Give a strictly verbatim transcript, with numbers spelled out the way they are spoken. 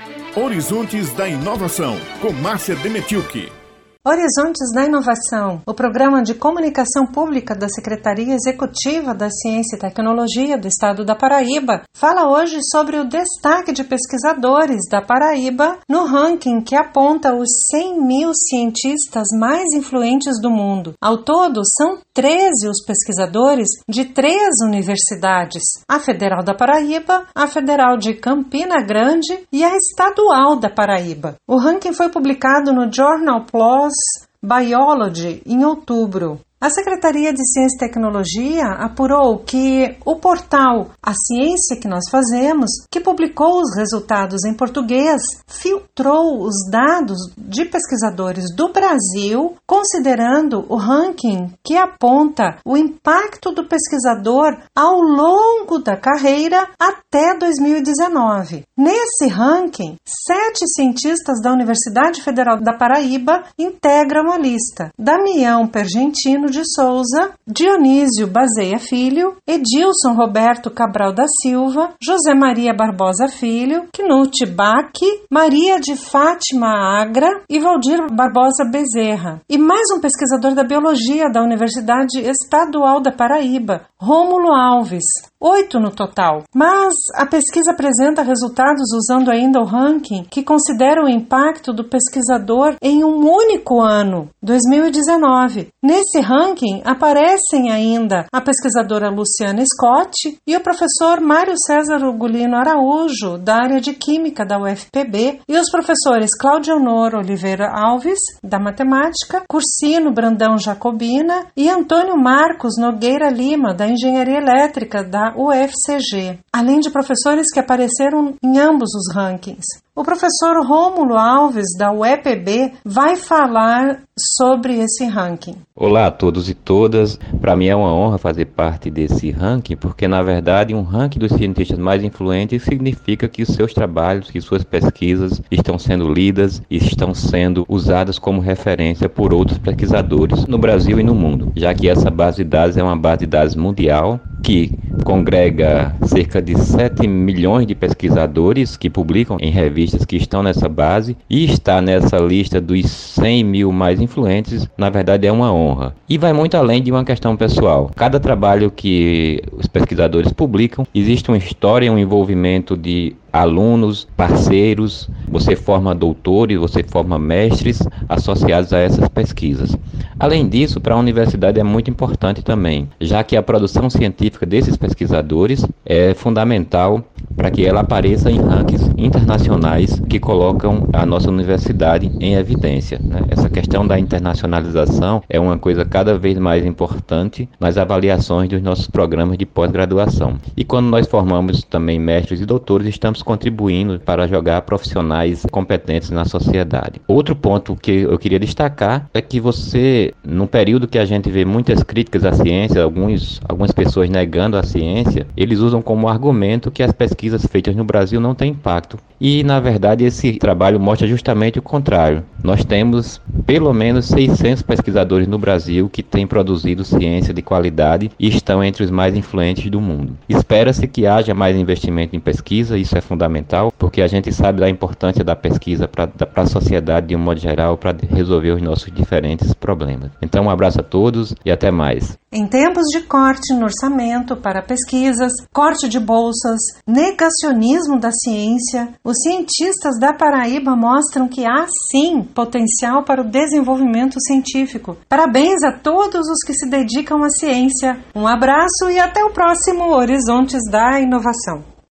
Horizontes da Inovação, com Márcia Demetilke. Horizontes da Inovação, o programa de comunicação pública da Secretaria Executiva da Ciência e Tecnologia do Estado da Paraíba, fala hoje sobre o destaque de pesquisadores da Paraíba no ranking que aponta os cem mil cientistas mais influentes do mundo. Ao todo, são treze os pesquisadores de três universidades, a Federal da Paraíba, a Federal de Campina Grande e a Estadual da Paraíba. O ranking foi publicado no Journal PLOS Biology em outubro. A Secretaria de Ciência e Tecnologia apurou que o portal A Ciência que Nós Fazemos, que publicou os resultados em português, filtrou os dados de pesquisadores do Brasil, considerando o ranking que aponta o impacto do pesquisador ao longo da carreira até dois mil e dezenove. Nesse ranking, sete cientistas da Universidade Federal da Paraíba integram a lista: Damião Pergentino de Souza, Dionísio Bazeia Filho, Edilson Roberto Cabral da Silva, José Maria Barbosa Filho, Knut Bach, Maria de Fátima Agra e Valdir Barbosa Bezerra. E mais um pesquisador da Biologia da Universidade Estadual da Paraíba, Rômulo Alves. Oito no total. Mas a pesquisa apresenta resultados usando ainda o ranking que considera o impacto do pesquisador em um único ano, dois mil e dezenove. Nesse ranking aparecem ainda a pesquisadora Luciana Scott e o professor Mário César Ugolino Araújo, da área de Química da U F P B, e os professores Cláudia Honor Oliveira Alves, da Matemática, Cursino Brandão Jacobina e Antônio Marcos Nogueira Lima, da Engenharia Elétrica da U F C G, além de professores que apareceram em ambos os rankings. O professor Rômulo Alves, da U E P B, vai falar sobre esse ranking. Olá a todos e todas. Para mim é uma honra fazer parte desse ranking, porque na verdade um ranking dos cientistas mais influentes significa que os seus trabalhos, que suas pesquisas estão sendo lidas e estão sendo usadas como referência por outros pesquisadores no Brasil e no mundo, já que essa base de dados é uma base de dados mundial que congrega cerca de sete milhões de pesquisadores que publicam em revistas que estão nessa base, e estar nessa lista dos cem mil mais influentes, na verdade é uma honra. E vai muito além de uma questão pessoal. Cada trabalho que os pesquisadores publicam, existe uma história, um envolvimento de alunos, parceiros, você forma doutores, você forma mestres associados a essas pesquisas. Além disso, para a universidade é muito importante também, já que a produção científica desses pesquisadores é fundamental para que ela apareça em rankings internacionais que colocam a nossa universidade em evidência, né? Essa questão da internacionalização é uma coisa cada vez mais importante nas avaliações dos nossos programas de pós-graduação. E quando nós formamos também mestres e doutores, estamos contribuindo para jogar profissionais competentes na sociedade. Outro ponto que eu queria destacar é que você, no período que a gente vê muitas críticas à ciência, alguns, algumas pessoas negando a ciência, eles usam como argumento que as pesquisas feitas no Brasil não têm impacto. E, na verdade, esse trabalho mostra justamente o contrário. Nós temos pelo menos seiscentos pesquisadores no Brasil que têm produzido ciência de qualidade e estão entre os mais influentes do mundo. Espera-se que haja mais investimento em pesquisa, isso é fundamental, porque a gente sabe da importância da pesquisa para a sociedade de um modo geral, para resolver os nossos diferentes problemas. Então, um abraço a todos e até mais. Em tempos de corte no orçamento para pesquisas, corte de bolsas, negacionismo da ciência, os cientistas da Paraíba mostram que há sim potencial para o desenvolvimento científico. Parabéns a todos os que se dedicam à ciência. Um abraço e até o próximo Horizontes da Inovação.